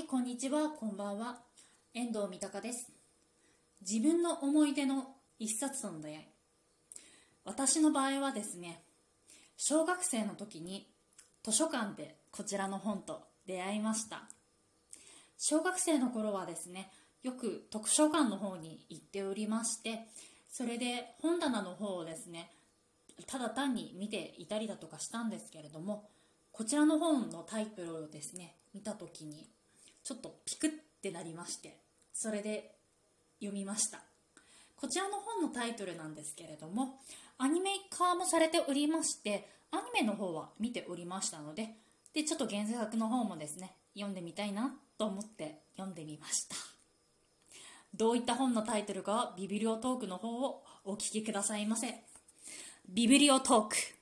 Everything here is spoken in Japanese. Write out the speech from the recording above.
い、こんにちは、こんばんは。遠藤三鷹です。自分の思い出の一冊の出会い。私の場合はですね、小学生の時に図書館でこちらの本と出会いました。小学生の頃はですね、よく図書館の方に行っておりまして、それで本棚の方をですね、ただ単に見ていたりだとかしたんですけれども、こちらの本のタイトルをですね、見た時にちょっとピクってなりまして、それで読みました。こちらの本のタイトルなんですけれども、アニメ化もされておりまして、アニメの方は見ておりましたので、ちょっと原作の方もですね、読んでみたいなと思って読んでみました。どういった本のタイトルかはビビリオトークの方をお聞きくださいませ。ビビリオトーク。